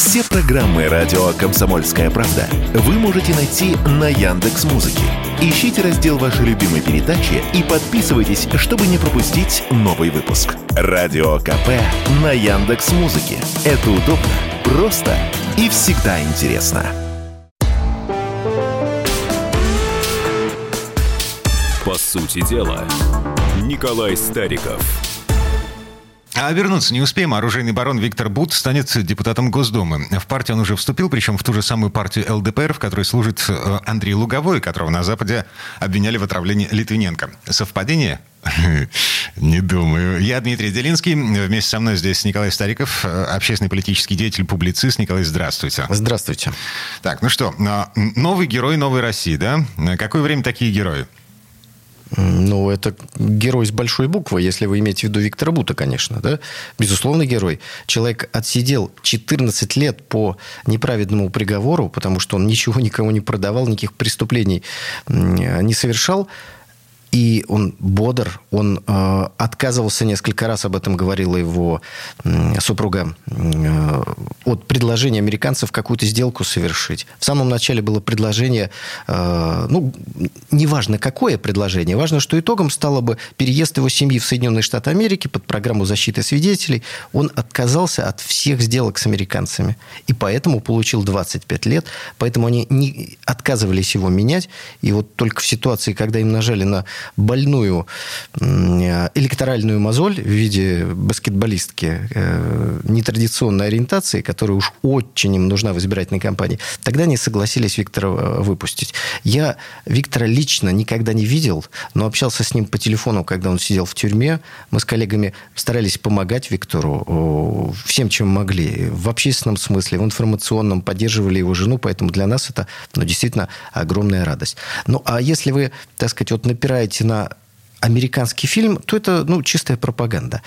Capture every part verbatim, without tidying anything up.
Все программы радио «Комсомольская правда» вы можете найти на Яндекс.Музыке. Ищите раздел вашей любимой передачи и подписывайтесь, чтобы не пропустить новый выпуск. Радио КП на Яндекс.Музыке. Это удобно, просто и всегда интересно. По сути дела, Николай Стариков. А вернуться не успеем. Оружейный барон Виктор Бут станет депутатом Госдумы. В партию он уже вступил, причем в ту же самую партию эл дэ пэ эр, в которой служит Андрей Луговой, которого на Западе обвиняли в отравлении Литвиненко. Совпадение? Не думаю. Я Дмитрий Делинский. Вместе со мной здесь Николай Стариков, общественный политический деятель, публицист. Николай, здравствуйте. Здравствуйте. Так, ну что, новый герой новой России, да? Какое время такие герои? Ну, это герой с большой буквы, если вы имеете в виду Виктора Бута, конечно, да? Безусловно, герой. Человек отсидел четырнадцать лет по неправедному приговору, потому что он ничего никому не продавал, никаких преступлений не совершал. И он бодр, он э, отказывался, несколько раз об этом говорила его э, супруга, э, от предложения американцев какую-то сделку совершить. В самом начале было предложение, э, ну, неважно какое предложение, важно, что итогом стало бы переезд его семьи в Соединенные Штаты Америки под программу защиты свидетелей. Он отказался от всех сделок с американцами. И поэтому получил двадцать пять лет, поэтому они не отказывались его менять. И вот только в ситуации, когда им нажали на больную электоральную мозоль в виде баскетболистки нетрадиционной ориентации, которая уж очень им нужна в избирательной кампании, тогда они согласились Виктора выпустить. Я Виктора лично никогда не видел, но общался с ним по телефону, когда он сидел в тюрьме. Мы с коллегами старались помогать Виктору всем, чем могли. В общественном смысле, в информационном, поддерживали его жену, поэтому для нас это, ну, действительно огромная радость. Ну, а если вы, так сказать, вот напираете на американский фильм, то это, ну, чистая пропаганда.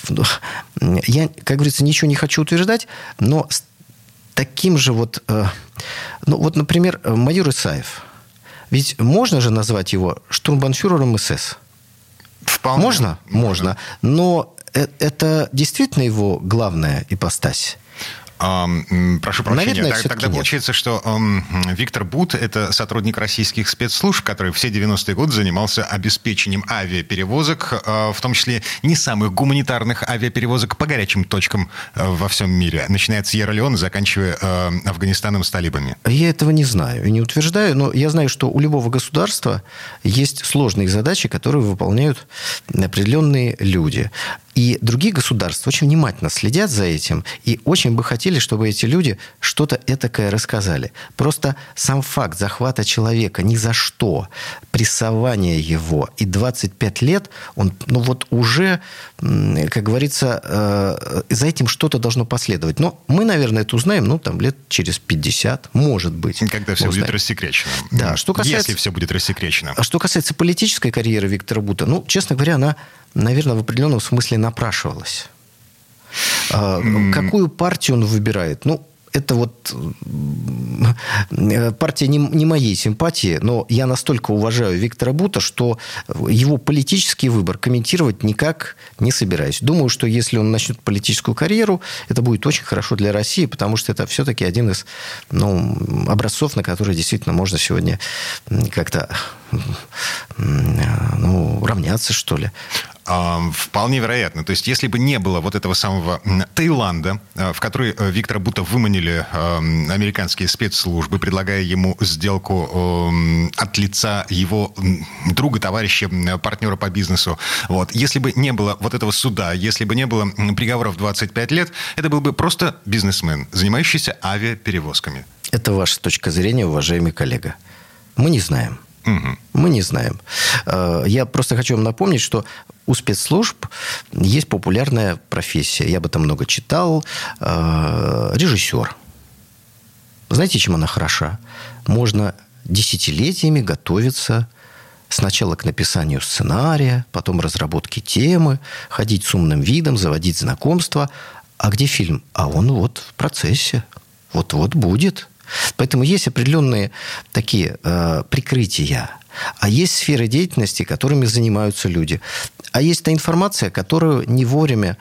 Я, как говорится, ничего не хочу утверждать, но с таким же вот... Ну, вот, например, майор Исаев. Ведь можно же назвать его штурмбанфюрером эс эс? Вполне. Можно? Можно. Но это действительно его главная ипостась? Um, прошу прощения. Наверное, так, тогда нет. Получается, что um, Виктор Бут – это сотрудник российских спецслужб, который все девяностые годы занимался обеспечением авиаперевозок, uh, в том числе не самых гуманитарных авиаперевозок по горячим точкам uh, во всем мире, начиная от Сьерра-Леоне, заканчивая uh, Афганистаном с талибами. Я этого не знаю и не утверждаю, но я знаю, что у любого государства есть сложные задачи, которые выполняют определенные люди. И другие государства очень внимательно следят за этим и очень бы хотели, чтобы эти люди что-то этакое рассказали. Просто сам факт захвата человека ни за что, прессования его и двадцать пять лет, он, ну вот уже, как говорится, за этим что-то должно последовать. Но мы, наверное, это узнаем, ну, там, лет через пятьдесят, может быть. Когда все будет рассекречено. Да, что касается, если все будет рассекречено. А что касается политической карьеры Виктора Бута, ну, честно говоря, она, наверное, в определенном смысле напрашивалась. Mm. Какую партию он выбирает? Ну, это вот партия не, не моей симпатии, но я настолько уважаю Виктора Бута, что его политический выбор комментировать никак не собираюсь. Думаю, что если он начнет политическую карьеру, это будет очень хорошо для России, потому что это все-таки один из, ну, образцов, на которые действительно можно сегодня как-то, ну, равняться, что ли. Вполне вероятно. То есть, если бы не было вот этого самого Таиланда, в который Виктора Бута выманили американские спецслужбы, предлагая ему сделку от лица его друга, товарища, партнера по бизнесу. Вот. Если бы не было вот этого суда, если бы не было приговоров двадцать пять лет, это был бы просто бизнесмен, занимающийся авиаперевозками. Это ваша точка зрения, уважаемый коллега. Мы не знаем. Угу. Мы не знаем. Я просто хочу вам напомнить, что у спецслужб есть популярная профессия. Я об этом много читал. Режиссер. Знаете, чем она хороша? Можно десятилетиями готовиться сначала к написанию сценария, потом разработке темы, ходить с умным видом, заводить знакомства. А где фильм? А он вот в процессе. Вот-вот будет. Поэтому есть определенные такие э, прикрытия. А есть сферы деятельности, которыми занимаются люди. А есть та информация, которую не вовремя,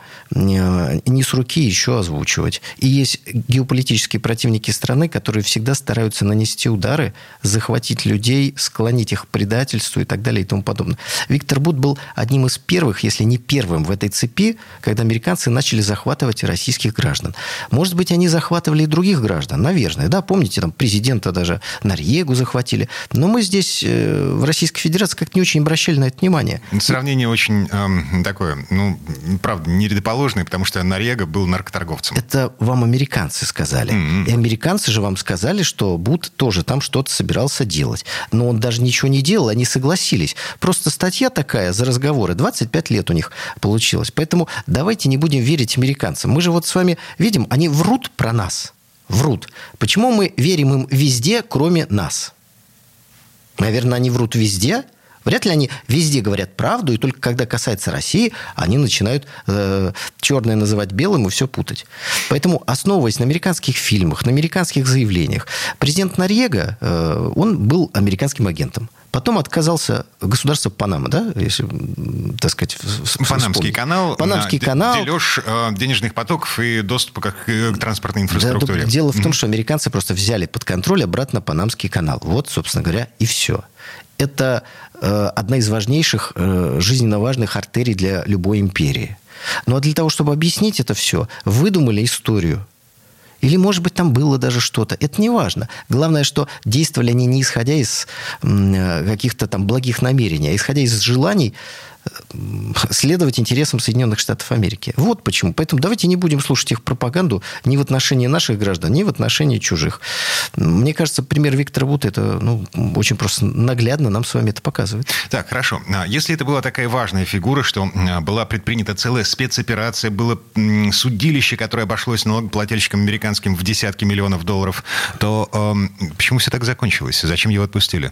не с руки еще озвучивать. И есть геополитические противники страны, которые всегда стараются нанести удары, захватить людей, склонить их к предательству и так далее и тому подобное. Виктор Бут был одним из первых, если не первым в этой цепи, когда американцы начали захватывать российских граждан. Может быть, они захватывали и других граждан, наверное. Да, помните, там президента даже Норьегу захватили. Но мы здесь, в Российской Федерации, как-то не очень обращали на это внимание. Сравнение очень э, такое, ну, правда, нередоположное, потому что Норьега был наркоторговцем. Это вам американцы сказали. Mm-hmm. И американцы же вам сказали, что Бут тоже там что-то собирался делать. Но он даже ничего не делал, они согласились. Просто статья такая за разговоры. двадцать пять лет у них получилось. Поэтому давайте не будем верить американцам. Мы же вот с вами видим, они врут про нас. Врут. Почему мы верим им везде, кроме нас? Наверное, они врут везде. Вряд ли они везде говорят правду, и только когда касается России, они начинают э, черное называть белым и все путать. Поэтому, основываясь на американских фильмах, на американских заявлениях, президент Норьега, э, он был американским агентом. Потом отказался государство Панама, да, если, так сказать, Панамский вспомнить. канал, Панамский канал, дележ э, денежных потоков и доступа к, к транспортной инфраструктуре. Да, дело в том, что американцы просто взяли под контроль обратно Панамский канал. Вот, собственно говоря, и все. Это э, одна из важнейших, э, жизненно важных артерий для любой империи. Ну, а для того, чтобы объяснить это все, выдумали историю. Или, может быть, там было даже что-то. Это не важно. Главное, что действовали они не исходя из э, каких-то там благих намерений, а исходя из желаний следовать интересам Соединенных Штатов Америки. Вот почему. Поэтому давайте не будем слушать их пропаганду ни в отношении наших граждан, ни в отношении чужих. Мне кажется, пример Виктора Бута это ну, очень просто наглядно нам с вами это показывает. Так, хорошо. Если это была такая важная фигура, что была предпринята целая спецоперация, было судилище, которое обошлось налогоплательщикам американским в десятки миллионов долларов, то э, почему все так закончилось? Зачем его отпустили?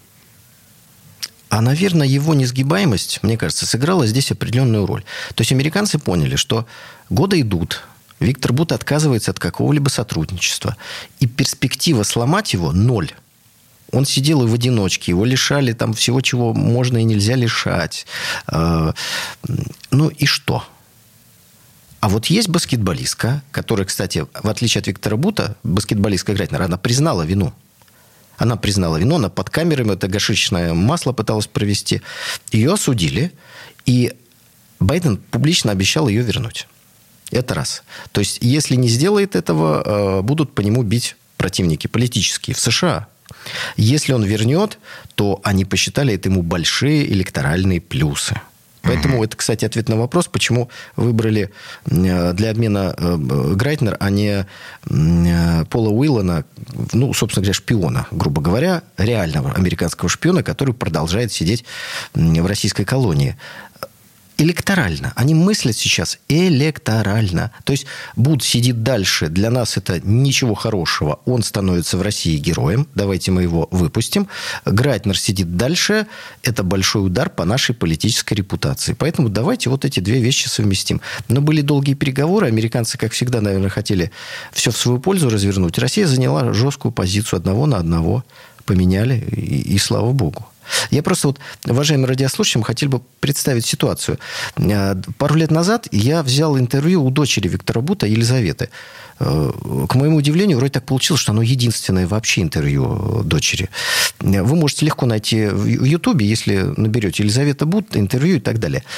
А, наверное, его несгибаемость, мне кажется, сыграла здесь определенную роль. То есть американцы поняли, что годы идут, Виктор Бут отказывается от какого-либо сотрудничества, и перспектива сломать его – ноль. Он сидел и в одиночке, его лишали там всего, чего можно и нельзя лишать. Ну и что? А вот есть баскетболистка, которая, кстати, в отличие от Виктора Бута, баскетболистка Грайтнер, она признала вину. Она признала вину, она под камерами это гашишное масло пыталась провести. Ее осудили, и Байден публично обещал ее вернуть. Это раз. То есть, если не сделает этого, будут по нему бить противники политические в США. Если он вернет, то они посчитали это ему большие электоральные плюсы. Поэтому mm-hmm. это, кстати, ответ на вопрос, почему выбрали для обмена Грайтнер, а не Пола Уиллана, ну, собственно говоря, шпиона, грубо говоря, реального американского шпиона, который продолжает сидеть в российской колонии. Электорально. Они мыслят сейчас электорально. То есть Бут сидит дальше. Для нас это ничего хорошего. Он становится в России героем. Давайте мы его выпустим. Грайтнер сидит дальше. Это большой удар по нашей политической репутации. Поэтому давайте вот эти две вещи совместим. Но были долгие переговоры. Американцы, как всегда, наверное, хотели все в свою пользу развернуть. Россия заняла жесткую позицию одного на одного. Поменяли. И, и слава богу. Я просто вот, уважаемые радиослушатели, хотел бы представить ситуацию. Пару лет назад я взял интервью у дочери Виктора Бута, Елизаветы. К моему удивлению, вроде так получилось, что оно единственное вообще интервью дочери. Вы можете легко найти в Ютубе, если наберете Елизавета Бут, интервью и так далее.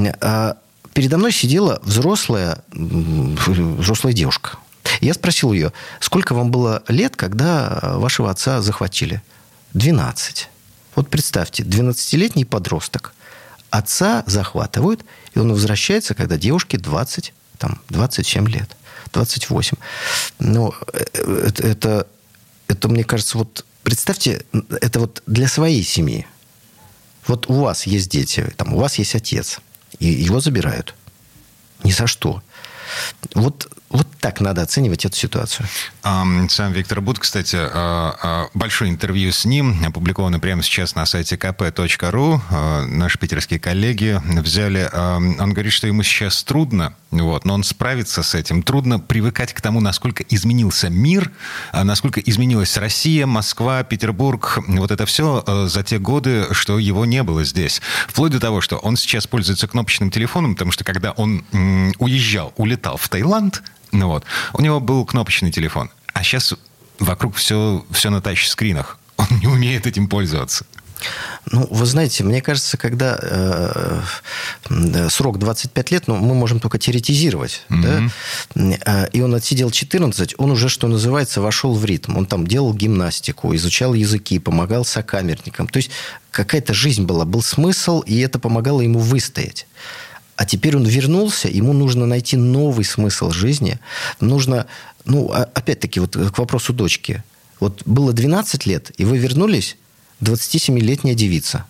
Передо мной сидела взрослая, взрослая девушка. Я спросил ее, сколько вам было лет, когда вашего отца захватили? двенадцать. Вот представьте, двенадцатилетний подросток. Отца захватывают, и он возвращается, когда девушке двадцать, там, двадцать семь лет, двадцать восемь. Но это, это, это, мне кажется, вот представьте, это вот для своей семьи. Вот у вас есть дети, там, у вас есть отец, и его забирают. Ни за что. Вот, вот так надо оценивать эту ситуацию. Сам Виктор Бут, кстати, большое интервью с ним опубликовано прямо сейчас на сайте ка пэ точка ру. Наши питерские коллеги взяли. Он говорит, что ему сейчас трудно Вот, но он справится с этим. Трудно привыкать к тому, насколько изменился мир, насколько изменилась Россия, Москва, Петербург. Вот это все за те годы, что его не было здесь. Вплоть до того, что он сейчас пользуется кнопочным телефоном, потому что когда он м, уезжал, улетал в Таиланд, ну вот, у него был кнопочный телефон. А сейчас вокруг все, все на тачскринах. Он не умеет этим пользоваться. Ну, вы знаете, мне кажется, когда э, срок двадцать пять лет, ну, мы можем только теоретизировать, mm-hmm. да? И он отсидел четырнадцать, он уже, что называется, вошел в ритм. Он там делал гимнастику, изучал языки, помогал сокамерникам. То есть какая-то жизнь была, был смысл, и это помогало ему выстоять. А теперь он вернулся, ему нужно найти новый смысл жизни. Нужно, ну, опять-таки, вот к вопросу дочки. Вот было двенадцать лет, и вы вернулись, двадцатисемилетняя девица.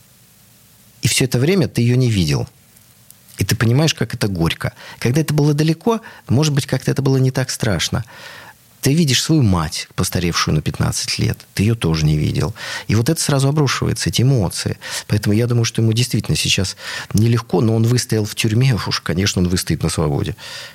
И все это время ты ее не видел. И ты понимаешь, как это горько. Когда это было далеко, может быть, как-то это было не так страшно. Ты видишь свою мать, постаревшую на пятнадцать лет. Ты ее тоже не видел. И вот это сразу обрушивается, эти эмоции. Поэтому я думаю, что ему действительно сейчас нелегко, но он выстоял в тюрьме. Уж, конечно, он выстоит на свободе.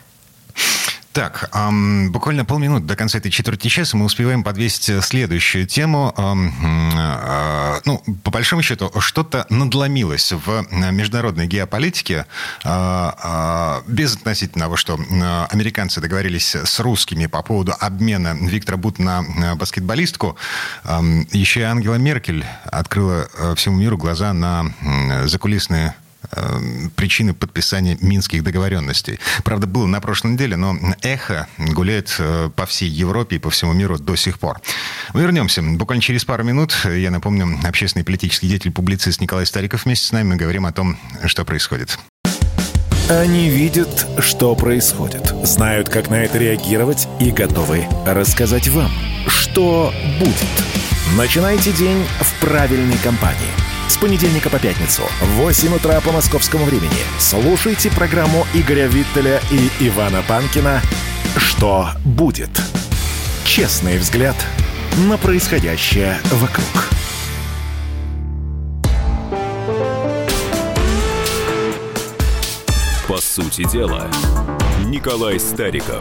Так, эм, буквально полминуты до конца этой четверти часа мы успеваем подвесить следующую тему. Эм, э, ну, по большому счету, что-то надломилось в международной геополитике, э, э, без относительно того, что э, американцы договорились с русскими по поводу обмена Виктора Бута на баскетболистку. Э, еще и Ангела Меркель открыла э, всему миру глаза на э, закулисные причины подписания минских договоренностей. Правда, было на прошлой неделе, но эхо гуляет по всей Европе и по всему миру до сих пор. Мы вернемся буквально через пару минут. Я напомню, общественный политический деятель, публицист Николай Стариков вместе с нами. Мы говорим о том, что происходит. Они видят, что происходит, знают, как на это реагировать и готовы рассказать вам, что будет. Начинайте день в правильной компании. С понедельника по пятницу в восемь утра по московскому времени слушайте программу Игоря Виттеля и Ивана Панкина «Что будет?». Честный взгляд на происходящее вокруг. По сути дела, Николай Стариков.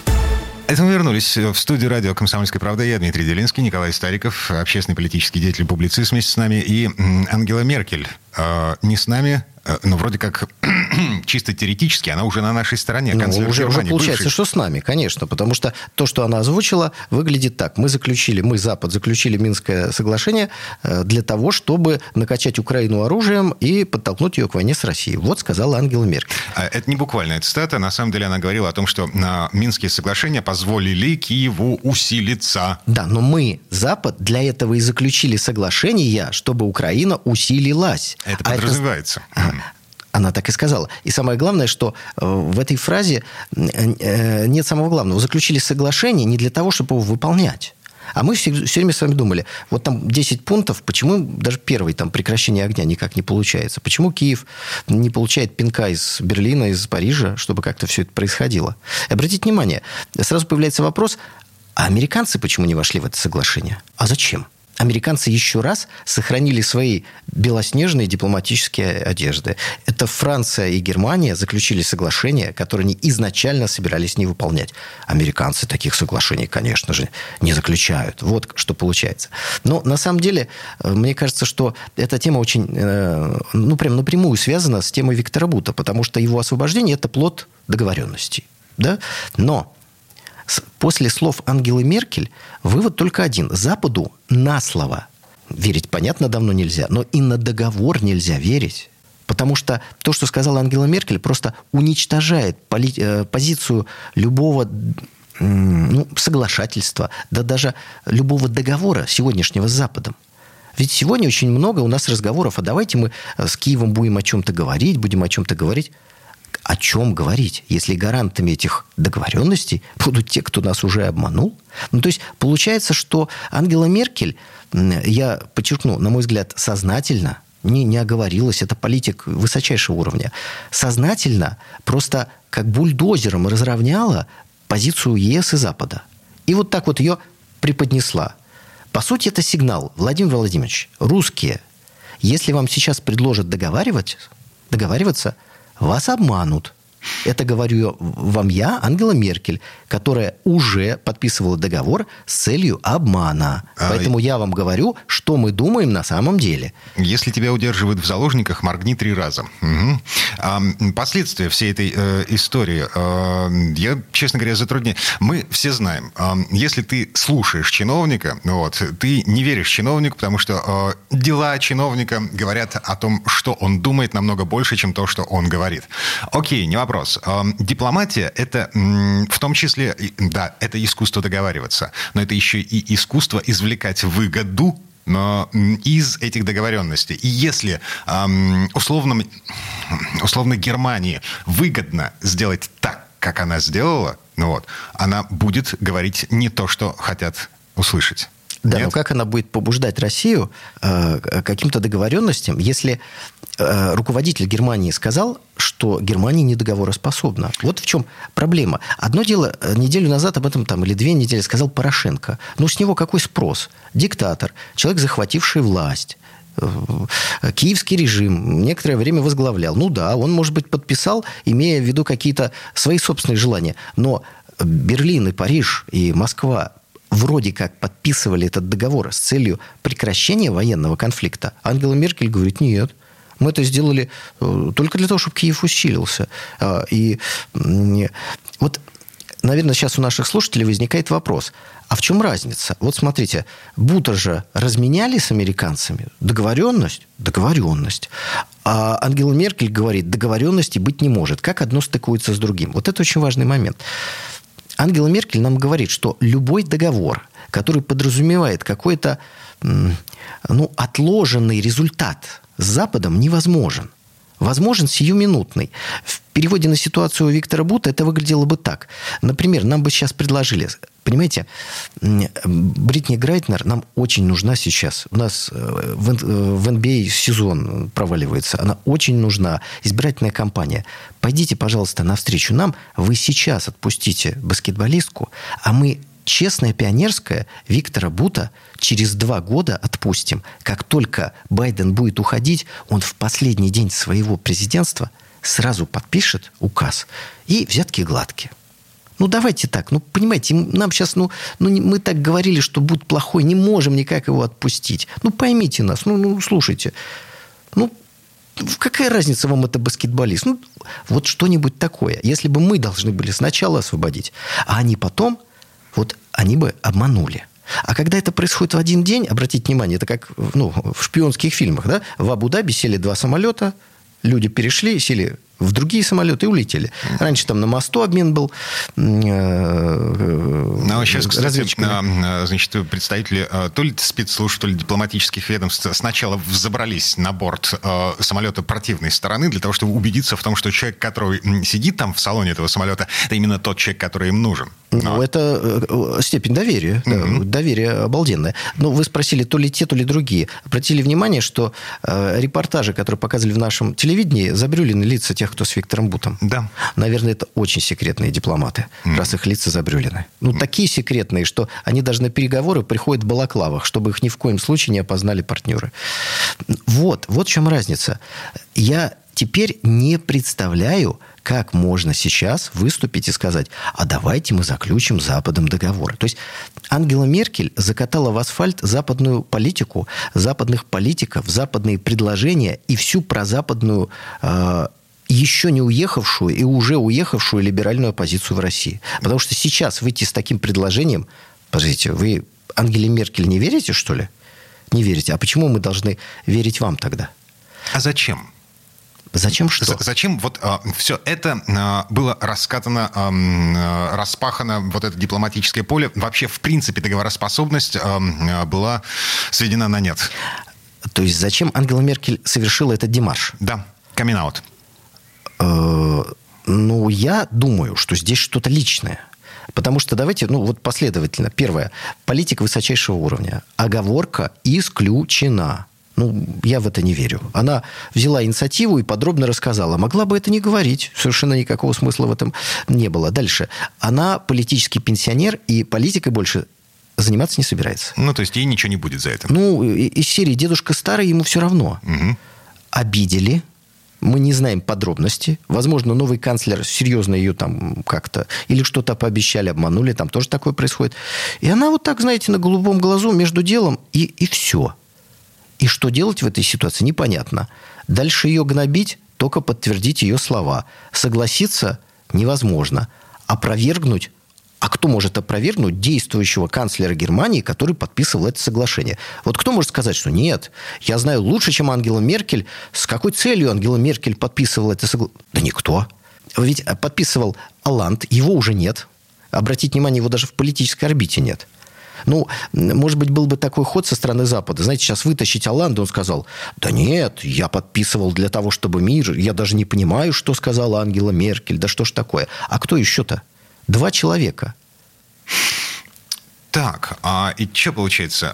Это мы вернулись в студию радио «Комсомольская правда». Я Дмитрий Делинский, Николай Стариков, общественный политический деятель, публицист вместе с нами. И Ангела Меркель э, не с нами, э, но вроде как чисто теоретически она уже на нашей стороне. Ну, уже, уже получается, бывший. Что с нами, конечно. Потому что то, что она озвучила, выглядит так. Мы заключили, мы, Запад, заключили Минское соглашение для того, чтобы накачать Украину оружием и подтолкнуть ее к войне с Россией. Вот сказала Ангела Меркель. Это не буквально цитата. На самом деле она говорила о том, что Минские соглашения позволили Киеву усилиться. Да, но мы, Запад, для этого и заключили соглашение, чтобы Украина усилилась. Это подразумевается. А это... Она так и сказала. И самое главное, что в этой фразе нет самого главного. Заключили соглашение не для того, чтобы его выполнять. А мы все, все время с вами думали, вот там десять пунктов, почему даже первый там прекращение огня никак не получается? Почему Киев не получает пинка из Берлина, из Парижа, чтобы как-то все это происходило? И обратите внимание, сразу появляется вопрос, а американцы почему не вошли в это соглашение? А зачем? Американцы еще раз сохранили свои белоснежные дипломатические одежды. Это Франция и Германия заключили соглашение, которое они изначально собирались не выполнять. Американцы таких соглашений, конечно же, не заключают. Вот что получается. Но на самом деле, мне кажется, что эта тема очень, ну, прям напрямую связана с темой Виктора Бута, потому что его освобождение – это плод договоренностей. Да? Но после слов Ангелы Меркель вывод только один. Западу на слово верить, понятно, давно нельзя, но и на договор нельзя верить. Потому что то, что сказала Ангела Меркель, просто уничтожает поли- позицию любого ну, соглашательства, да даже любого договора сегодняшнего с Западом. Ведь сегодня очень много у нас разговоров, а давайте мы с Киевом будем о чем-то говорить, будем о чем-то говорить. О чем говорить, если гарантами этих договоренностей будут те, кто нас уже обманул? Ну, то есть, получается, что Ангела Меркель, я подчеркну, на мой взгляд, сознательно не, не оговорилась, это политик высочайшего уровня, сознательно просто как бульдозером разровняла позицию ЕС и Запада. И вот так вот ее преподнесла. По сути, это сигнал. Владимир Владимирович, русские, если вам сейчас предложат договаривать, договариваться, вас обманут. Это говорю вам я, Ангела Меркель, которая уже подписывала договор с целью обмана. А... Поэтому я вам говорю, что мы думаем на самом деле. Если тебя удерживают в заложниках, моргни три раза. Угу. А, последствия всей этой э, истории, э, я, честно говоря, затрудняюсь. Мы все знаем, э, если ты слушаешь чиновника, вот, ты не веришь чиновнику, потому что э, дела чиновника говорят о том, что он думает, намного больше, чем то, что он говорит. Окей, не вопрос. Дипломатия – это в том числе, да, это искусство договариваться, но это еще и искусство извлекать выгоду но из этих договоренностей. И если условно, условно Германии выгодно сделать так, как она сделала, ну вот, она будет говорить не то, что хотят услышать. Да, Нет? но как она будет побуждать Россию э, каким-то договоренностям, если э, руководитель Германии сказал, что Германия недоговороспособна? Вот в чем проблема. Одно дело, неделю назад об этом, там, или две недели сказал Порошенко. Ну, с него какой спрос? Диктатор, человек, захвативший власть. Киевский режим некоторое время возглавлял. Ну да, он, может быть, подписал, имея в виду какие-то свои собственные желания. Но Берлин и Париж и Москва вроде как подписывали этот договор с целью прекращения военного конфликта. Ангела Меркель говорит, нет, мы это сделали только для того, чтобы Киев усилился. И вот, наверное, сейчас у наших слушателей возникает вопрос, а в чем разница? Вот смотрите, Бута же разменяли с американцами. Договоренность? Договоренность. А Ангела Меркель говорит, договоренности быть не может. Как одно стыкуется с другим? Вот это очень важный момент. Ангела Меркель нам говорит, что любой договор, который подразумевает какой-то ну, отложенный результат с Западом, невозможен. Возможен сиюминутный. В переводе на ситуацию у Виктора Бута это выглядело бы так. Например, нам бы сейчас предложили... Понимаете, Бритни Грайтнер нам очень нужна сейчас. У нас в эн би эй сезон проваливается. Она очень нужна. Избирательная кампания. Пойдите, пожалуйста, навстречу нам. Вы сейчас отпустите баскетболистку, а мы честная пионерская Виктора Бута через два года отпустим. Как только Байден будет уходить, он в последний день своего президентства сразу подпишет указ. И взятки гладкие. Ну, давайте так. Ну, понимаете, нам сейчас, ну, ну, мы так говорили, что Бут плохой, не можем никак его отпустить. Ну, поймите нас. Ну, ну слушайте. Ну, какая разница вам это баскетболист? Ну, вот что-нибудь такое. Если бы мы должны были сначала освободить, а они потом, вот они бы обманули. А когда это происходит в один день, обратите внимание, это как ну, в шпионских фильмах, да? В Абу-Даби сели два самолета, люди перешли, сели в другие самолеты и улетели. Раньше там на мосту обмен был. Ну, сейчас, кстати, значит, представители то ли спецслужб, то ли дипломатических ведомств сначала взобрались на борт самолета противной стороны для того, чтобы убедиться в том, что человек, который сидит там в салоне этого самолета, это именно тот человек, который им нужен. Но... Ну, это степень доверия. Mm-hmm. Доверие обалденное. Но вы спросили, то ли те, то ли другие. Обратили внимание, что репортажи, которые показывали в нашем телевидении, забрюлены лица тех, кто с Виктором Бутом. Да. Наверное, это очень секретные дипломаты, mm. раз их лица забрюлены. Ну, mm. такие секретные, что они даже на переговоры приходят в балаклавах, чтобы их ни в коем случае не опознали партнеры. Вот, вот в чем разница. Я теперь не представляю, как можно сейчас выступить и сказать, а давайте мы заключим с Западом договор. То есть Ангела Меркель закатала в асфальт западную политику, западных политиков, западные предложения и всю прозападную э, еще не уехавшую и уже уехавшую либеральную оппозицию в России. Потому что сейчас выйти с таким предложением... Подождите, вы Ангеле Меркель не верите, что ли? Не верите. А почему мы должны верить вам тогда? А зачем? Зачем что? Зачем вот э, все это э, было раскатано, э, распахано, вот это дипломатическое поле? Вообще, в принципе, договороспособность э, была сведена на нет. То есть зачем Ангела Меркель совершила этот демарш? Да, камин-аут. Ну, я думаю, что здесь что-то личное. Потому что давайте, ну, вот последовательно. Первое. Политика высочайшего уровня. Оговорка исключена. Ну, я в это не верю. Она взяла инициативу и подробно рассказала. Могла бы это не говорить. Совершенно никакого смысла в этом не было. Дальше. Она политический пенсионер, и политикой больше заниматься не собирается. Ну, то есть ей ничего не будет за это. Ну, из серии «Дедушка старый, ему все равно». Угу. Обидели. Мы не знаем подробности. Возможно, новый канцлер серьезно ее там как-то... Или что-то пообещали, обманули. Там тоже такое происходит. И она вот так, знаете, на голубом глазу между делом и, и все. И что делать в этой ситуации, непонятно. Дальше ее гнобить, только подтвердить ее слова. Согласиться невозможно. Опровергнуть... А кто может опровергнуть действующего канцлера Германии, который подписывал это соглашение? Вот кто может сказать, что нет, я знаю лучше, чем Ангела Меркель, с какой целью Ангела Меркель подписывала это соглашение? Да никто. Ведь подписывал Олланд, его уже нет. Обратите внимание, его даже в политической орбите нет. Ну, может быть, был бы такой ход со стороны Запада. Знаете, сейчас вытащить Олланда, он сказал, да нет, я подписывал для того, чтобы мир, я даже не понимаю, что сказала Ангела Меркель, да что ж такое. А кто еще-то? Два человека. Так, а и что получается?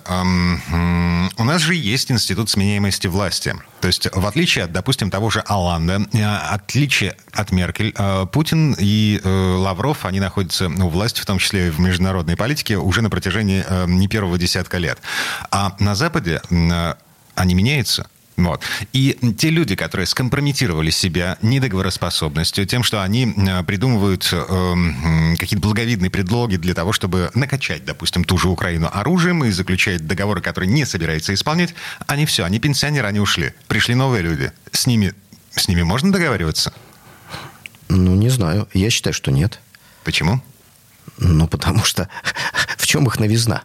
Эм, у нас же есть институт сменяемости власти. То есть, в отличие от, допустим, того же Олланда, э, отличие от Меркель, э, Путин и э, Лавров, они находятся у власти, в том числе и в международной политике, уже на протяжении э, не первого десятка лет. А на Западе э, они меняются. Вот. И те люди, которые скомпрометировали себя недоговороспособностью, тем, что они придумывают э, какие-то благовидные предлоги для того, чтобы накачать, допустим, ту же Украину оружием и заключать договоры, которые не собираются исполнять, они все, они пенсионеры, они ушли. Пришли новые люди. С ними, с ними можно договариваться? Ну, не знаю. Я считаю, что нет. Почему? Ну, потому что в чем их новизна?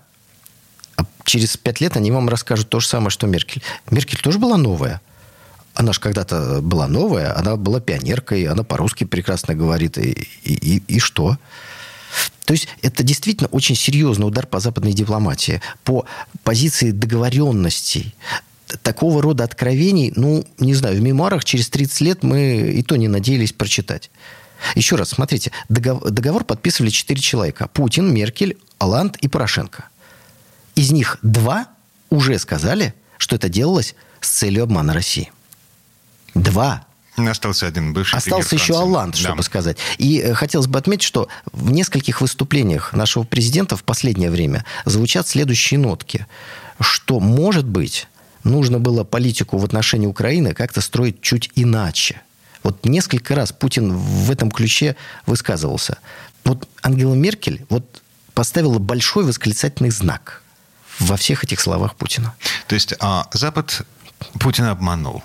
Через пять лет они вам расскажут то же самое, что Меркель. Меркель тоже была новая. Она же когда-то была новая, она была пионеркой, она по-русски прекрасно говорит. И, и, и что? То есть это действительно очень серьезный удар по западной дипломатии, по позиции договоренностей. Такого рода откровений, ну, не знаю, в мемуарах через тридцать лет мы и то не надеялись прочитать. Еще раз, смотрите, договор, договор подписывали четыре человека. Путин, Меркель, Олланд и Порошенко. Из них два уже сказали, что это делалось с целью обмана России. Два. Остался один бывший Остался еще Олланд, чтобы да. сказать. И э, хотелось бы отметить, что в нескольких выступлениях нашего президента в последнее время звучат следующие нотки. Что, может быть, нужно было политику в отношении Украины как-то строить чуть иначе. Вот несколько раз Путин в этом ключе высказывался. Вот Ангела Меркель вот поставила большой восклицательный знак во всех этих словах Путина. То есть а, Запад Путина обманул?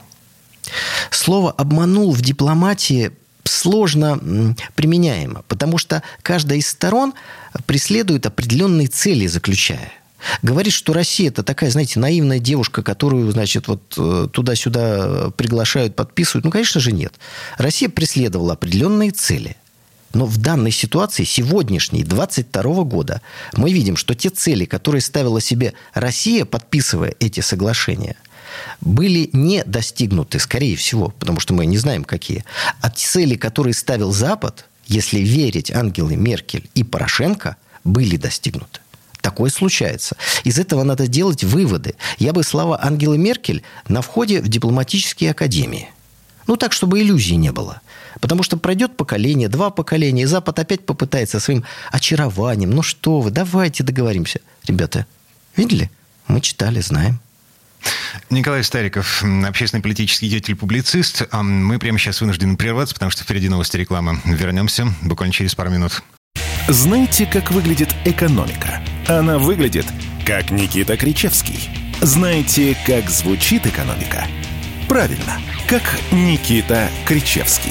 Слово «обманул» в дипломатии сложно применяемо, потому что каждая из сторон преследует определенные цели, заключая. Говорит, что Россия – это такая, знаете, наивная девушка, которую, значит, вот туда-сюда приглашают, подписывают. Ну, конечно же, нет. Россия преследовала определенные цели. Но в данной ситуации, сегодняшней, двадцать второго года, мы видим, что те цели, которые ставила себе Россия, подписывая эти соглашения, были не достигнуты, скорее всего, потому что мы не знаем, какие. А цели, которые ставил Запад, если верить Ангеле Меркель и Порошенко, были достигнуты. Такое случается. Из этого надо делать выводы. Я бы слова Ангелы Меркель на входе в дипломатические академии. Ну, так, чтобы иллюзий не было. Потому что пройдет поколение, два поколения, и Запад опять попытается своим очарованием. Ну что вы, давайте договоримся. Ребята, видели? Мы читали, знаем. Николай Стариков, общественный политический деятель, публицист. Мы прямо сейчас вынуждены прерваться, потому что впереди новости, реклама. Вернемся буквально через пару минут. Знаете, как выглядит экономика? Она выглядит, как Никита Кричевский. Знаете, как звучит экономика? Правильно, как Никита Кричевский.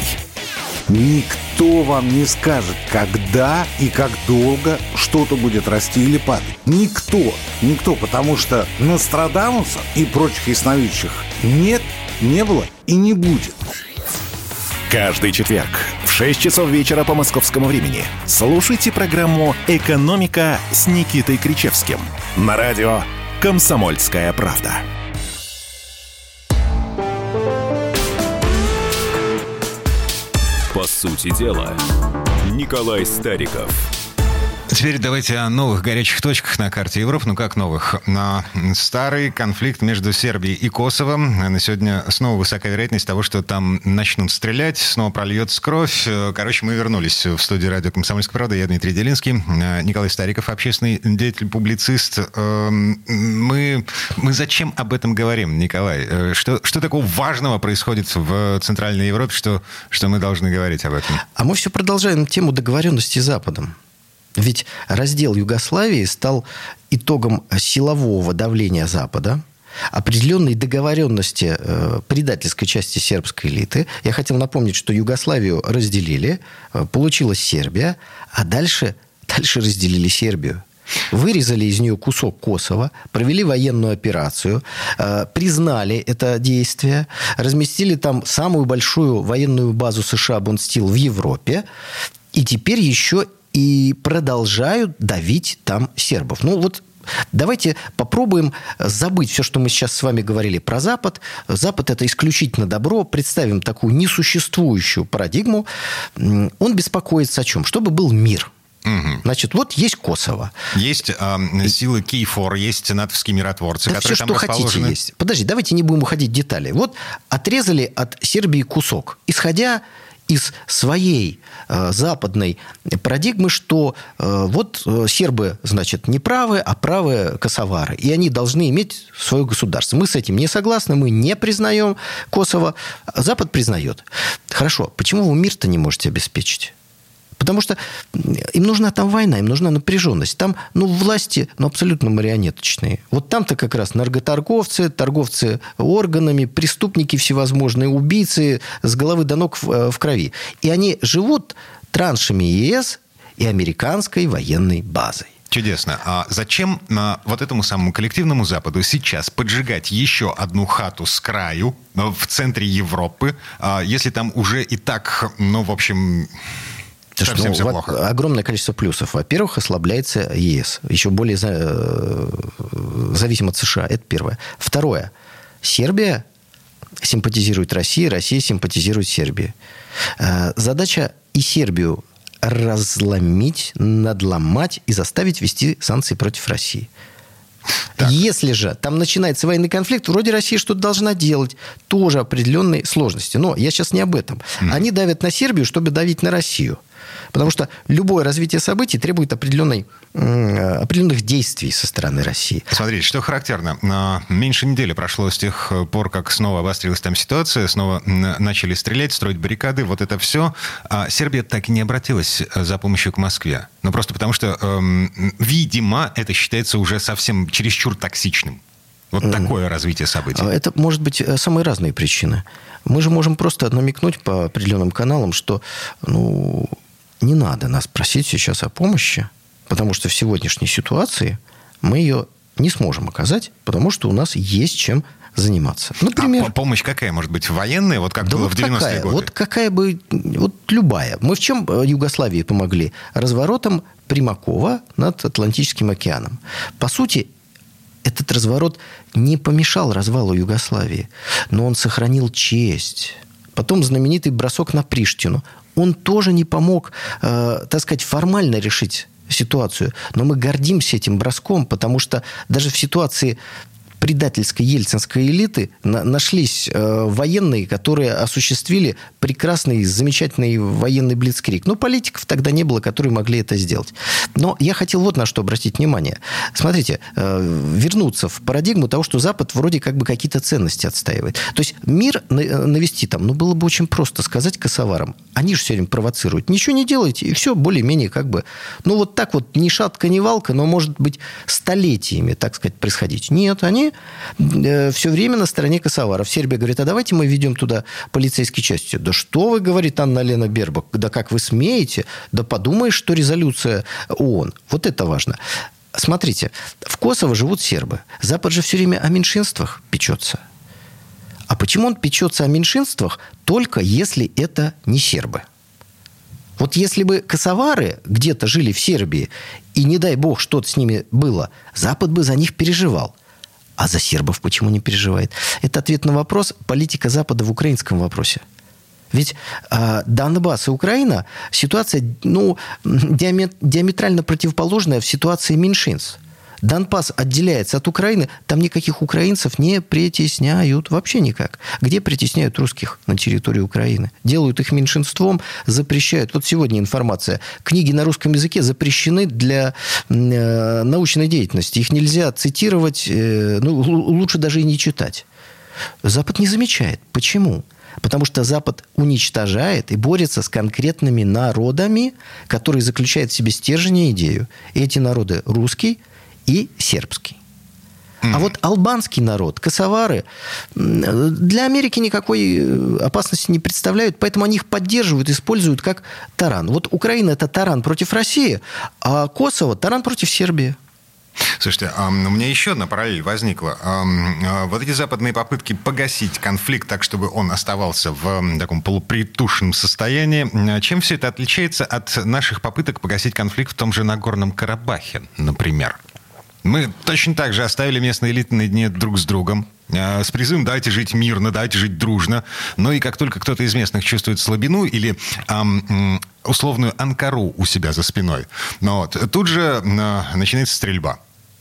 Никто вам не скажет, когда и как долго что-то будет расти или падать. Никто. Никто, потому что Нострадамуса и прочих ясновидящих нет, не было и не будет. Каждый четверг в шесть часов вечера по московскому времени слушайте программу «Экономика» с Никитой Кричевским на радио «Комсомольская правда». По сути дела, Николай Стариков. Теперь давайте о новых горячих точках на карте Европы. Ну, как новых? На старый конфликт между Сербией и Косовом. На сегодня снова высока вероятность того, что там начнут стрелять, снова прольется кровь. Короче, мы вернулись в студию радио «Комсомольская правда». Я Дмитрий Делинский, Николай Стариков, общественный деятель, публицист. Мы, мы зачем об этом говорим, Николай? Что, что такого важного происходит в Центральной Европе, что, что мы должны говорить об этом? А мы все продолжаем тему договоренности с Западом. Ведь раздел Югославии стал итогом силового давления Запада, определенной договоренности э, предательской части сербской элиты. Я хотел напомнить, что Югославию разделили, э, получилась Сербия, а дальше, дальше разделили Сербию. Вырезали из нее кусок Косово, провели военную операцию, э, признали это действие, разместили там самую большую военную базу США Бондстил в Европе, и теперь еще и продолжают давить там сербов. Ну вот давайте попробуем забыть все, что мы сейчас с вами говорили про Запад. Запад – это исключительно добро. Представим такую несуществующую парадигму. Он беспокоится о чем? Чтобы был мир. Угу. Значит, вот есть Косово. Есть э, силы Кейфор, есть натовские миротворцы, да которые все, там что расположены. Хотите, есть. Подожди, давайте не будем уходить в детали. Вот отрезали от Сербии кусок, исходя из своей э, западной парадигмы, что э, вот э, сербы, значит, не правы, а правы косовары. И они должны иметь свое государство. Мы с этим не согласны, мы не признаем Косово. Запад признает. Хорошо, почему вы мир-то не можете обеспечить? Потому что им нужна там война, им нужна напряженность. Там, ну, власти, ну, абсолютно марионеточные. Вот там-то как раз наркоторговцы, торговцы органами, преступники всевозможные, убийцы с головы до ног в, в крови. И они живут траншами ЕС и американской военной базой. Чудесно. А зачем а, вот этому самому коллективному Западу сейчас поджигать еще одну хату с краю в центре Европы, а, если там уже и так, ну, в общем... Совсем ну, все вот плохо. Огромное количество плюсов. Во-первых, ослабляется ЕС. Еще более за... зависим от США. Это первое. Второе. Сербия симпатизирует России, Россия симпатизирует Сербии. Задача и Сербию разломить, надломать и заставить ввести санкции против России. Так. Если же там начинается военный конфликт, вроде Россия что-то должна делать, тоже определенные сложности. Но я сейчас не об этом. Mm. Они давят на Сербию, чтобы давить на Россию. Потому что любое развитие событий требует определенной, определенных действий со стороны России. Смотрите, что характерно. Меньше недели прошло с тех пор, как снова обострилась там ситуация, снова начали стрелять, строить баррикады, вот это все. А Сербия так и не обратилась за помощью к Москве. Ну, просто потому что, эм, видимо, это считается уже совсем чересчур токсичным. Вот такое развитие событий. Это может быть самые разные причины. Мы же можем просто намекнуть по определенным каналам, что, ну... не надо нас просить сейчас о помощи, потому что в сегодняшней ситуации мы ее не сможем оказать, потому что у нас есть чем заниматься. Например, а помощь какая? Может быть, военная? Вот как да было вот в девяностые годы? Вот какая бы... Вот любая. Мы в чем Югославии помогли? Разворотом Примакова над Атлантическим океаном. По сути, этот разворот не помешал развалу Югославии, но он сохранил честь. Потом знаменитый бросок на Приштину. Он тоже не помог, э, так сказать, формально решить ситуацию. Но мы гордимся этим броском, потому что даже в ситуации предательской ельцинской элиты на, нашлись э, военные, которые осуществили прекрасный, замечательный военный блицкриг. Но политиков тогда не было, которые могли это сделать. Но я хотел вот на что обратить внимание. Смотрите, э, вернуться в парадигму того, что Запад вроде как бы какие-то ценности отстаивает. То есть мир навести там, ну, было бы очень просто сказать косоварам. Они же все время провоцируют. Ничего не делайте, и все более-менее как бы... Ну, вот так вот, ни шатка, ни валка, но, может быть, столетиями, так сказать, происходить. Нет, они все время на стороне косоваров. Сербия говорит, а давайте мы ведем туда полицейские части. Да что вы, говорит Анна-Лена Бербак, да как вы смеете? Да подумаешь, что резолюция ООН. Вот это важно. Смотрите, в Косово живут сербы. Запад же все время о меньшинствах печется. А почему он печется о меньшинствах, только если это не сербы? Вот если бы косовары где-то жили в Сербии, и, не дай бог, что-то с ними было, Запад бы за них переживал. А за сербов почему не переживает? Это ответ на вопрос политика Запада в украинском вопросе. Ведь э, Донбасс и Украина ситуация ну, диамет, диаметрально противоположная в ситуации меньшинств. Донбасс отделяется от Украины, там никаких украинцев не притесняют, вообще никак. Где притесняют русских на территории Украины? Делают их меньшинством, запрещают. Вот сегодня информация. Книги на русском языке запрещены для э, научной деятельности. Их нельзя цитировать, э, ну, лучше даже и не читать. Запад не замечает. Почему? Потому что Запад уничтожает и борется с конкретными народами, которые заключают в себе стержень и идею. И эти народы русский и сербский. Mm. А вот албанский народ, косовары, для Америки никакой опасности не представляют, поэтому они их поддерживают, используют как таран. Вот Украина – это таран против России, а Косово – таран против Сербии. Слушайте, у меня еще одна параллель возникла. Вот эти западные попытки погасить конфликт так, чтобы он оставался в таком полупритушенном состоянии, чем все это отличается от наших попыток погасить конфликт в том же Нагорном Карабахе, например? Мы точно так же оставили местные элиты наедине друг с другом, с призывом «дайте жить мирно, дайте жить дружно». Но и как только кто-то из местных чувствует слабину или эм, условную Анкару у себя за спиной, но вот, тут же э, начинается стрельба.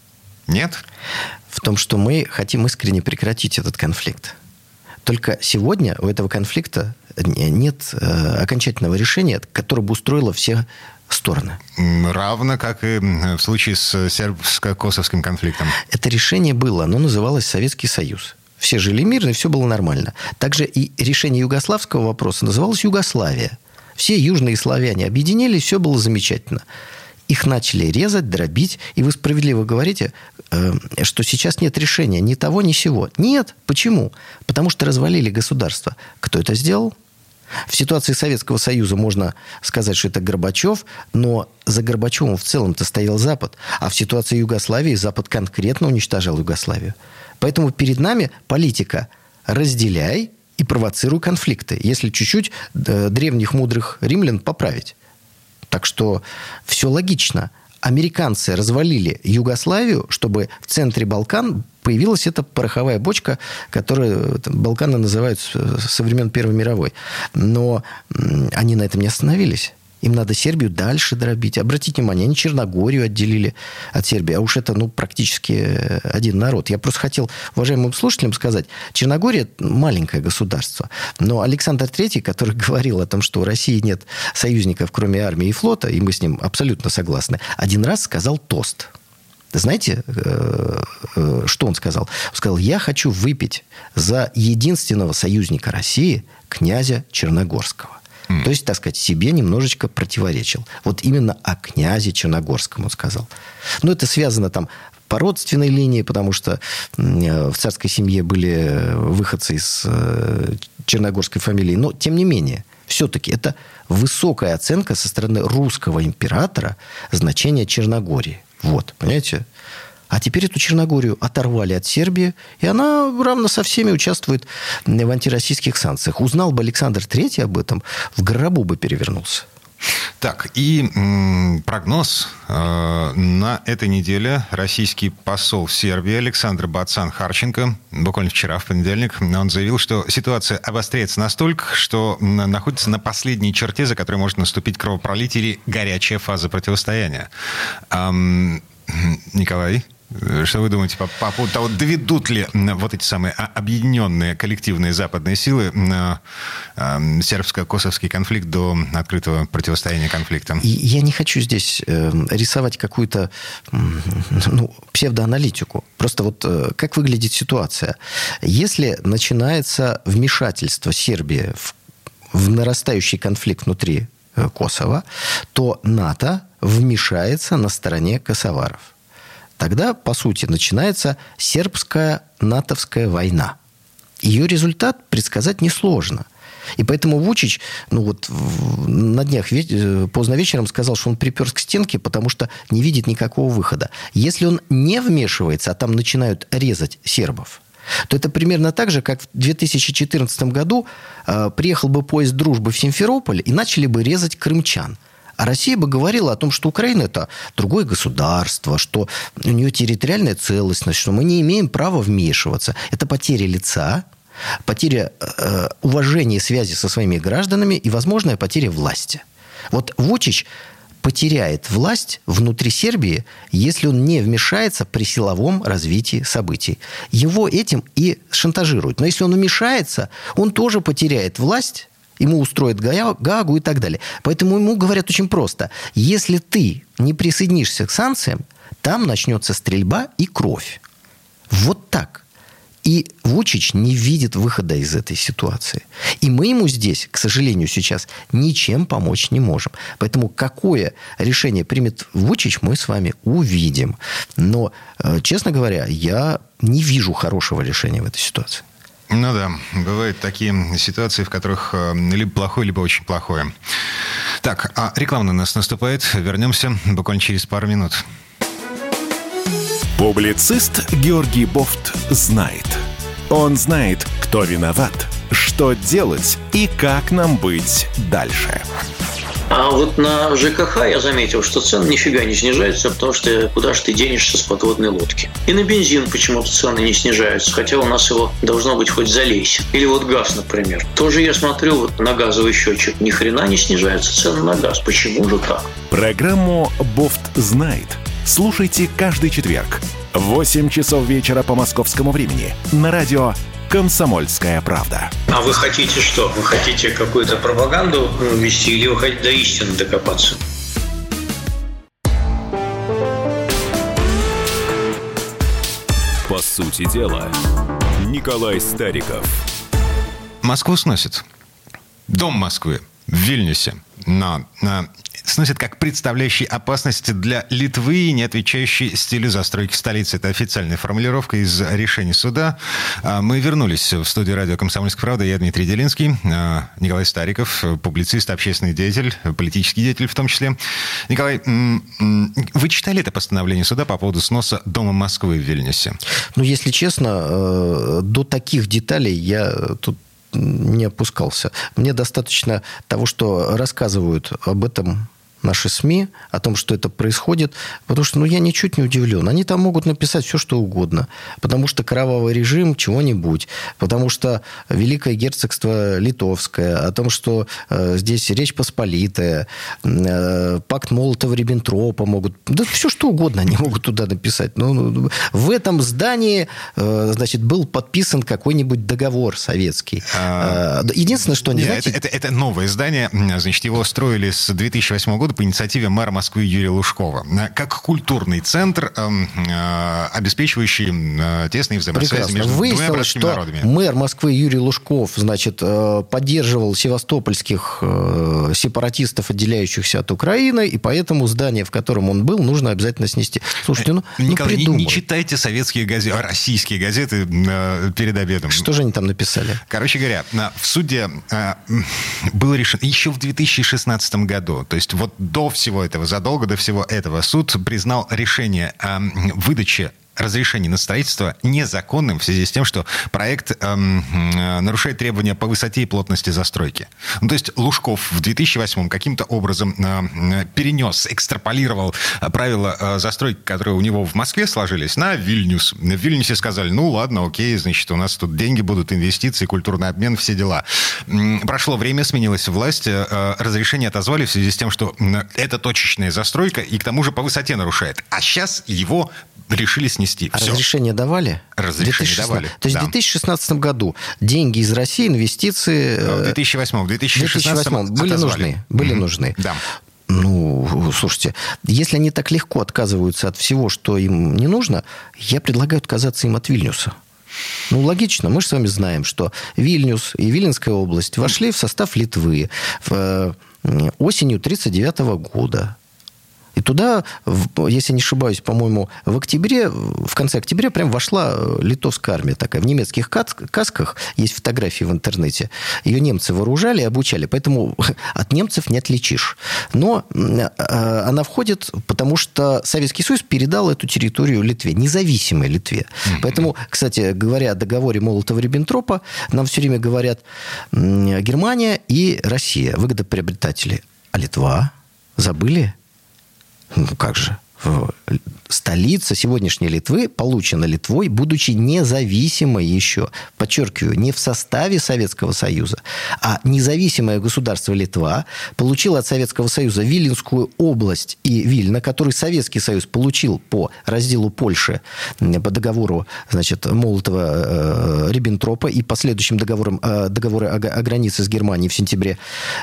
Нет? В том, что мы хотим искренне прекратить этот конфликт. Только сегодня у этого конфликта нет э, окончательного решения, которое бы устроило все стороны. Равно как и в случае с сербско-косовским конфликтом. Это решение было, оно называлось Советский Союз. Все жили мирно, и все было нормально. Также и решение югославского вопроса называлось Югославия. Все южные славяне объединились, все было замечательно. Их начали резать, дробить. И вы справедливо говорите, что сейчас нет решения ни того, ни сего. Нет. Почему? Потому что развалили государство. Кто это сделал? В ситуации Советского Союза можно сказать, что это Горбачев, но за Горбачевым в целом-то стоял Запад. А в ситуации Югославии Запад конкретно уничтожал Югославию. Поэтому перед нами политика «разделяй и провоцируй конфликты», если чуть-чуть древних мудрых римлян поправить. Так что все логично. Американцы развалили Югославию, чтобы в центре Балкан появилась эта пороховая бочка, которую Балканы называют со времен Первой мировой. Но они на этом не остановились. Им надо Сербию дальше дробить. Обратите внимание, они Черногорию отделили от Сербии. А уж это ну, практически один народ. Я просто хотел уважаемым слушателям сказать, Черногория – маленькое государство. Но Александр Третий, который говорил о том, что у России нет союзников, кроме армии и флота, и мы с ним абсолютно согласны, один раз сказал тост. Знаете, что он сказал? Он сказал, я хочу выпить за единственного союзника России, князя Черногорского. Mm. То есть, так сказать, себе немножечко противоречил. Вот именно о князе Черногорском он сказал. Но это связано там по родственной линии, потому что в царской семье были выходцы из черногорской фамилии. Но, тем не менее, все-таки это высокая оценка со стороны русского императора значения Черногории. Вот, понимаете? А теперь эту Черногорию оторвали от Сербии, и она равно со всеми участвует в антироссийских санкциях. Узнал бы Александр Третий об этом, в гробу бы перевернулся. Так, и м, прогноз. Э, на этой неделе российский посол в Сербии Александр Бацан-Харченко, буквально вчера, в понедельник, он заявил, что ситуация обостряется настолько, что находится на последней черте, за которой может наступить кровопролитие или горячая фаза противостояния. Эм, Николай? Что вы думаете по, по поводу того, доведут ли вот эти самые объединенные коллективные западные силы э, сербско-косовский конфликт до открытого противостояния конфликта? Я не хочу здесь э, рисовать какую-то э, ну, псевдоаналитику. Просто вот э, как выглядит ситуация. Если начинается вмешательство Сербии в, в нарастающий конфликт внутри э, Косово, то НАТО вмешается на стороне косоваров. Тогда, по сути, начинается сербско-натовская война. Ее результат предсказать несложно. И поэтому Вучич, ну вот на днях поздно вечером сказал, что он приперся к стенке, потому что не видит никакого выхода. Если он не вмешивается, а там начинают резать сербов, то это примерно так же, как в две тысячи четырнадцатом году э, приехал бы поезд дружбы в Симферополь и начали бы резать крымчан. А Россия бы говорила о том, что Украина – это другое государство, что у нее территориальная целостность, что мы не имеем права вмешиваться. Это потеря лица, Потеря э, уважения и связи со своими гражданами и возможная потеря власти. Вот Вучич потеряет власть внутри Сербии, если он не вмешается при силовом развитии событий. Его этим и шантажируют. Но если он вмешается, он тоже потеряет власть, ему устроят Гаагу и так далее. Поэтому ему говорят очень просто. Если ты не присоединишься к санкциям, там начнется стрельба и кровь. Вот так. И Вучич не видит выхода из этой ситуации. И мы ему здесь, к сожалению, сейчас ничем помочь не можем. Поэтому какое решение примет Вучич, мы с вами увидим. Но, честно говоря, я не вижу хорошего решения в этой ситуации. Ну да, бывают такие ситуации, в которых либо плохое, либо очень плохое. Так, а реклама у нас наступает. Вернемся буквально через пару минут. Публицист Георгий Бофт знает. Он знает, кто виноват, что делать и как нам быть дальше. А вот на ЖКХ я заметил, что цены нифига не снижаются, потому что куда же ты денешься с подводной лодки. И на бензин почему-то цены не снижаются, хотя у нас его должно быть хоть залейся. Или вот газ, например. Тоже я смотрю вот на газовый счетчик, ни хрена не снижаются цены на газ. Почему же так? Программу «Бофт знает» слушайте каждый четверг в восемь часов вечера по московскому времени на радио «Комсомольская правда». А вы хотите что? Вы хотите какую-то пропаганду вести или вы хотите до истины докопаться? По сути дела, Николай Стариков. Москву сносит. Дом Москвы в Вильнюсе. Но, но сносит как представляющий опасность для Литвы, не отвечающий стилю застройки столицы. Это официальная формулировка из решения суда. Мы вернулись в студию радио «Комсомольская правда». Я Дмитрий Делинский, Николай Стариков, публицист, общественный деятель, политический деятель в том числе. Николай, вы читали это постановление суда по поводу сноса Дома Москвы в Вильнюсе? Ну, если честно, до таких деталей я тут не опускался. Мне достаточно того, что рассказывают об этом наши СМИ, о том, что это происходит, потому что ну, я ничуть не удивлен. Они там могут написать все, что угодно, потому что кровавый режим чего-нибудь, потому что Великое герцогство Литовское, о том, что э, здесь Речь Посполитая, э, пакт Молотова-Риббентропа могут... Да все, что угодно они могут туда написать. Но, ну, в этом здании э, значит, был подписан какой-нибудь договор советский. А... Единственное, что они... Нет, знаете... это, это, это новое здание. Значит, его строили с две тысячи восьмого года по инициативе мэра Москвы Юрия Лужкова. Как культурный центр, э, обеспечивающий э, тесные взаимосвязи между двумя братскими народами. Мэр Москвы Юрий Лужков, значит, э, поддерживал севастопольских э, сепаратистов, отделяющихся от Украины, и поэтому здание, в котором он был, нужно обязательно снести. Слушайте, ну, Николай, ну не, не читайте советские газеты, российские газеты э, перед обедом. Что же они там написали? Короче говоря, в суде э, было решено еще в две тысячи шестнадцатом году, то есть вот до всего этого, задолго до всего этого, суд признал решение о выдаче разрешение на строительство незаконным в связи с тем, что проект эм, э, нарушает требования по высоте и плотности застройки. Ну, то есть Лужков в две тысячи восьмом каким-то образом э, перенес, экстраполировал правила э, застройки, которые у него в Москве сложились, на Вильнюс. В Вильнюсе сказали, ну ладно, окей, значит, у нас тут деньги будут, инвестиции, культурный обмен, все дела. Прошло время, сменилась власть, э, разрешение отозвали в связи с тем, что это точечная застройка и к тому же по высоте нарушает. А сейчас его решили снести. А Все. разрешение давали? Разрешение давали. То есть да. в две тысячи шестнадцатом году деньги из России, инвестиции... В две тысячи восьмом, в две тысячи шестнадцатом были отозвали. нужны. Были mm-hmm. нужны. Да. Ну, слушайте, если они так легко отказываются от всего, что им не нужно, я предлагаю отказаться им от Вильнюса. Ну, логично. Мы же с вами знаем, что Вильнюс и Виленская область вошли в состав Литвы в осенью тридцать девятого года. И туда, если не ошибаюсь, по-моему, в октябре, в конце октября прям вошла литовская армия такая. В немецких касках есть фотографии в интернете. Ее немцы вооружали и обучали, поэтому от немцев не отличишь. Но она входит, потому что Советский Союз передал эту территорию Литве, независимой Литве. Mm-hmm. Поэтому, кстати, говоря о договоре Молотова-Риббентропа, нам все время говорят Германия и Россия, выгодоприобретатели. А Литва? Забыли? Ну, как же? Столица сегодняшней Литвы получена Литвой, будучи независимой еще. Подчеркиваю, не в составе Советского Союза, а независимое государство Литва получило от Советского Союза Виленскую область и Вильно, который Советский Союз получил по разделу Польши по договору, значит, Молотова-Риббентропа и последующим договорам, договоры о границе с Германией в сентябре.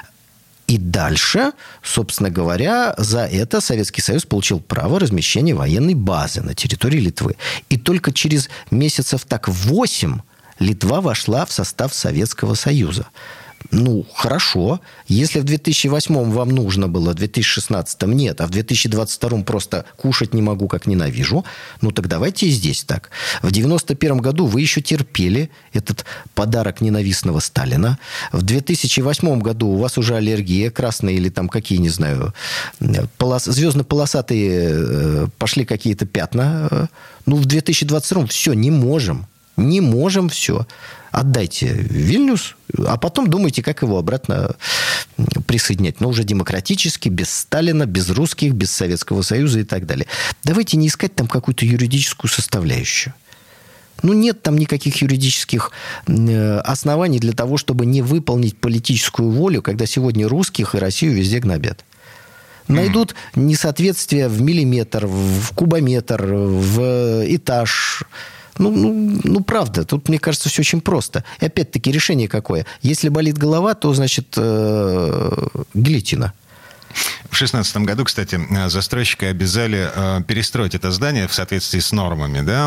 И дальше, собственно говоря, за это Советский Союз получил право размещения военной базы на территории Литвы. И только через месяцев так восемь Литва вошла в состав Советского Союза. Ну, хорошо. Если в две тысячи восьмом вам нужно было, в две тысячи шестнадцатом нет, а в две тысячи двадцать втором просто кушать не могу, как ненавижу, ну, так давайте и здесь так. В девяносто первом году вы еще терпели этот подарок ненавистного Сталина. В две тысячи восьмом году у вас уже аллергия, красные или там какие, не знаю, полос... звездно-полосатые пошли какие-то пятна. Ну, в две тысячи двадцать втором все, не можем. Не можем все. Отдайте Вильнюс, а потом думайте, как его обратно присоединять. Но уже демократически, без Сталина, без русских, без Советского Союза и так далее. Давайте не искать там какую-то юридическую составляющую. Ну, нет там никаких юридических оснований для того, чтобы не выполнить политическую волю, когда сегодня русских и Россию везде гнобят. Найдут несоответствие в миллиметр, в кубометр, в этаж. Ну, ну, ну, правда, тут, мне кажется, все очень просто. И опять-таки решение какое? Если болит голова, то, значит, э, гильотина. В шестнадцатом году, кстати, застройщика обязали э, перестроить это здание в соответствии с нормами, да,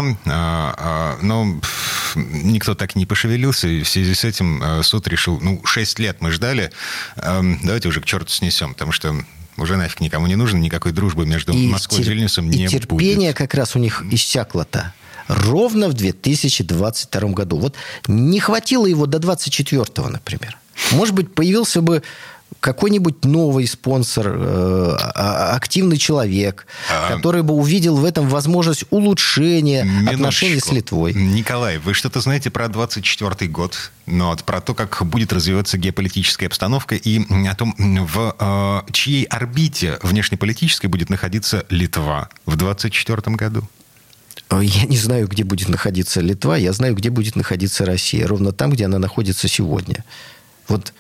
э, э, но никто так и не пошевелился, и в связи с этим э, суд решил, ну, шесть лет мы ждали, э, давайте уже к черту снесем, потому что уже нафиг никому не нужно, никакой дружбы между и Москвой и Вильнюсом не будет. И терпение как раз у них иссякло-то. Ровно в две тысячи двадцать втором году. Вот не хватило его до двадцать четвёртого, например. Может быть, появился бы какой-нибудь новый спонсор, э, активный человек, а... который бы увидел в этом возможность улучшения Минуточку. отношений с Литвой. Николай, вы что-то знаете про двадцать четвёртый год? Ну, вот, про то, как будет развиваться геополитическая обстановка и о том, в э, чьей орбите внешнеполитической будет находиться Литва в двадцать четвёртом году? Я не знаю, где будет находиться Литва, я знаю, где будет находиться Россия. Ровно там, где она находится сегодня. Вот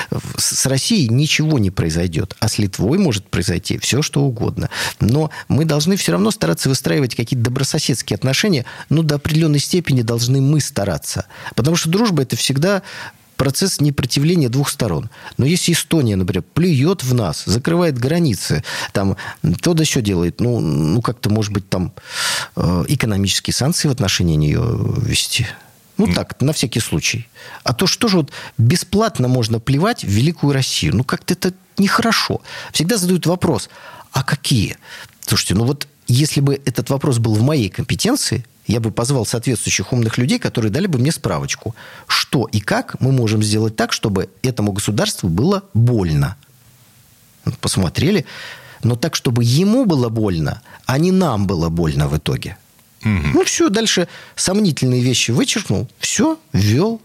с Россией ничего не произойдет, а с Литвой может произойти все, что угодно. Но мы должны все равно стараться выстраивать какие-то добрососедские отношения, но до определенной степени должны мы стараться. Потому что дружба – это всегда процесс непротивления двух сторон. Но если Эстония, например, плюет в нас, закрывает границы, там, то да что делает, ну, ну как-то, может быть, там э, экономические санкции в отношении нее вести. Ну, mm. так, на всякий случай. А то что же вот бесплатно можно плевать в великую Россию? Ну, как-то это нехорошо. Всегда задают вопрос, а какие? Слушайте, ну вот если бы этот вопрос был в моей компетенции, я бы позвал соответствующих умных людей, которые дали бы мне справочку, что и как мы можем сделать так, чтобы этому государству было больно. Посмотрели, но так, чтобы ему было больно, а не нам было больно в итоге. Угу. Ну, все, дальше сомнительные вещи вычеркнул, все, ввел.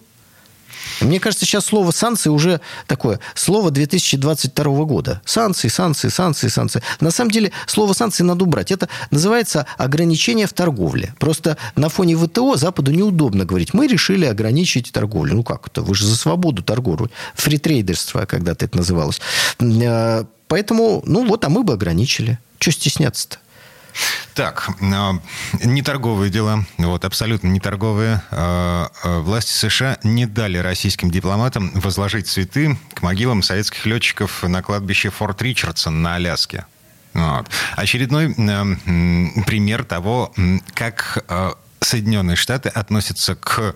Мне кажется, сейчас слово «санкции» уже такое слово две тысячи двадцать второго года. Санкции, санкции, санкции, санкции. На самом деле слово «санкции» надо убрать. Это называется ограничение в торговле. Просто на фоне ВТО Западу неудобно говорить, мы решили ограничить торговлю. Ну как это? Вы же за свободу торговли. Фритрейдерство когда-то это называлось. Поэтому, ну вот, а мы бы ограничили. Чего стесняться-то? Так, неторговые дела, вот, абсолютно неторговые. Власти США не дали российским дипломатам возложить цветы к могилам советских летчиков на кладбище Форт Ричардсон на Аляске. Вот. Очередной пример того, как Соединенные Штаты относятся к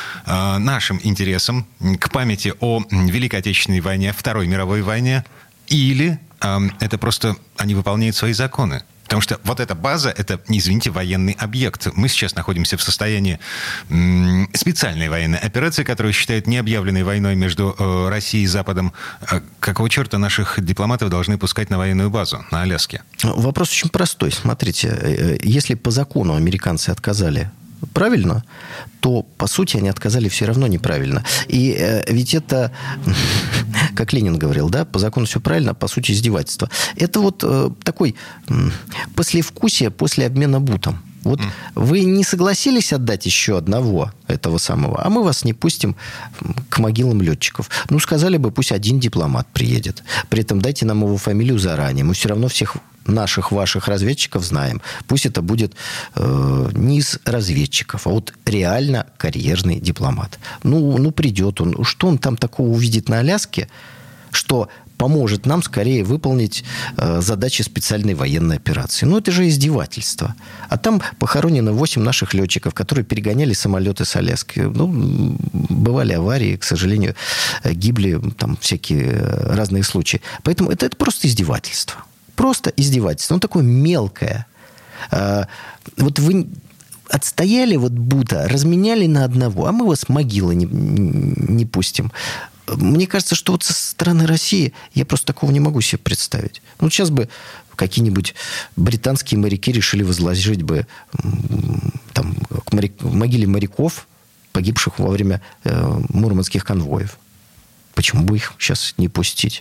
нашим интересам, к памяти о Великой Отечественной войне, Второй мировой войне, или это просто они выполняют свои законы. Потому что вот эта база, это, извините, военный объект. Мы сейчас находимся в состоянии м- специальной военной операции, которую считают необъявленной войной между э, Россией и Западом. А какого черта наших дипломатов должны пускать на военную базу на Аляске? Вопрос очень простой. Смотрите, если по закону американцы отказали правильно, то, по сути, они отказали все равно неправильно. И э, ведь это, как Ленин говорил, да, по закону все правильно, а по сути издевательство. Это вот э, такой э, послевкусие после обмена бутом. Вот mm. вы не согласились отдать еще одного этого самого, а мы вас не пустим к могилам летчиков. Ну, сказали бы, пусть один дипломат приедет. При этом дайте нам его фамилию заранее. Мы все равно всех наших, ваших разведчиков знаем. Пусть это будет э, не из разведчиков, а вот реально карьерный дипломат. Ну, ну, придет он. Что он там такого увидит на Аляске, что поможет нам скорее выполнить э, задачи специальной военной операции. Ну, это же издевательство. А там похоронено восемь наших летчиков, которые перегоняли самолеты с Аляски. Ну, бывали аварии, к сожалению, гибли, там всякие разные случаи. Поэтому это, это просто издевательство. Просто издевательство. Ну, такое мелкое. Э, вот вы отстояли вот Бута, разменяли на одного, а мы вас могилы не, не пустим. Мне кажется, что вот со стороны России я просто такого не могу себе представить. Ну, сейчас бы какие-нибудь британские моряки решили возложить бы там, к моряк, в могиле моряков, погибших во время э, мурманских конвоев. Почему бы их сейчас не пустить?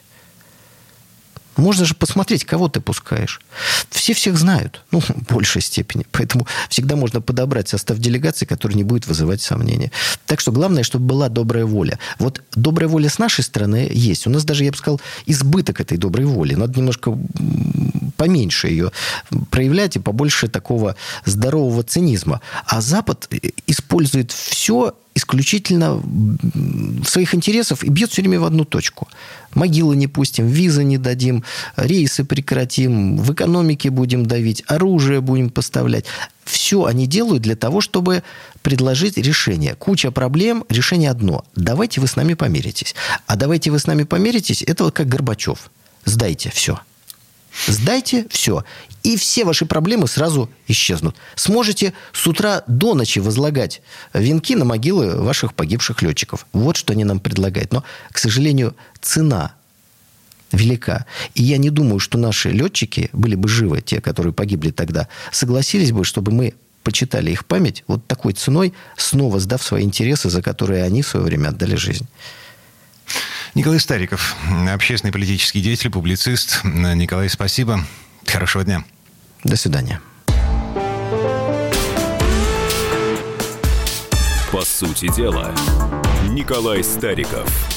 Можно же посмотреть, кого ты пускаешь. Все всех знают, ну, в большей степени. Поэтому всегда можно подобрать состав делегации, который не будет вызывать сомнения. Так что главное, чтобы была добрая воля. Вот добрая воля с нашей стороны есть. У нас даже, я бы сказал, избыток этой доброй воли. Надо немножко поменьше ее проявлять и побольше такого здорового цинизма. А Запад использует все исключительно в своих интересах и бьет все время в одну точку. Могилы не пустим, визы не дадим, рейсы прекратим, в экономике будем давить, оружие будем поставлять. Все они делают для того, чтобы предложить решение. Куча проблем, решение одно. Давайте вы с нами помиритесь. А давайте вы с нами помиритесь, это вот как Горбачев. Сдайте все. Сдайте все. И все ваши проблемы сразу исчезнут. Сможете с утра до ночи возлагать венки на могилы ваших погибших летчиков. Вот что они нам предлагают. Но, к сожалению, цена велика. И я не думаю, что наши летчики, были бы живы, те, которые погибли тогда, согласились бы, чтобы мы почитали их память вот такой ценой, снова сдав свои интересы, за которые они в свое время отдали жизнь. Николай Стариков, общественный политический деятель, публицист. Николай, спасибо. Хорошего дня. До свидания. По сути дела, Николай Стариков.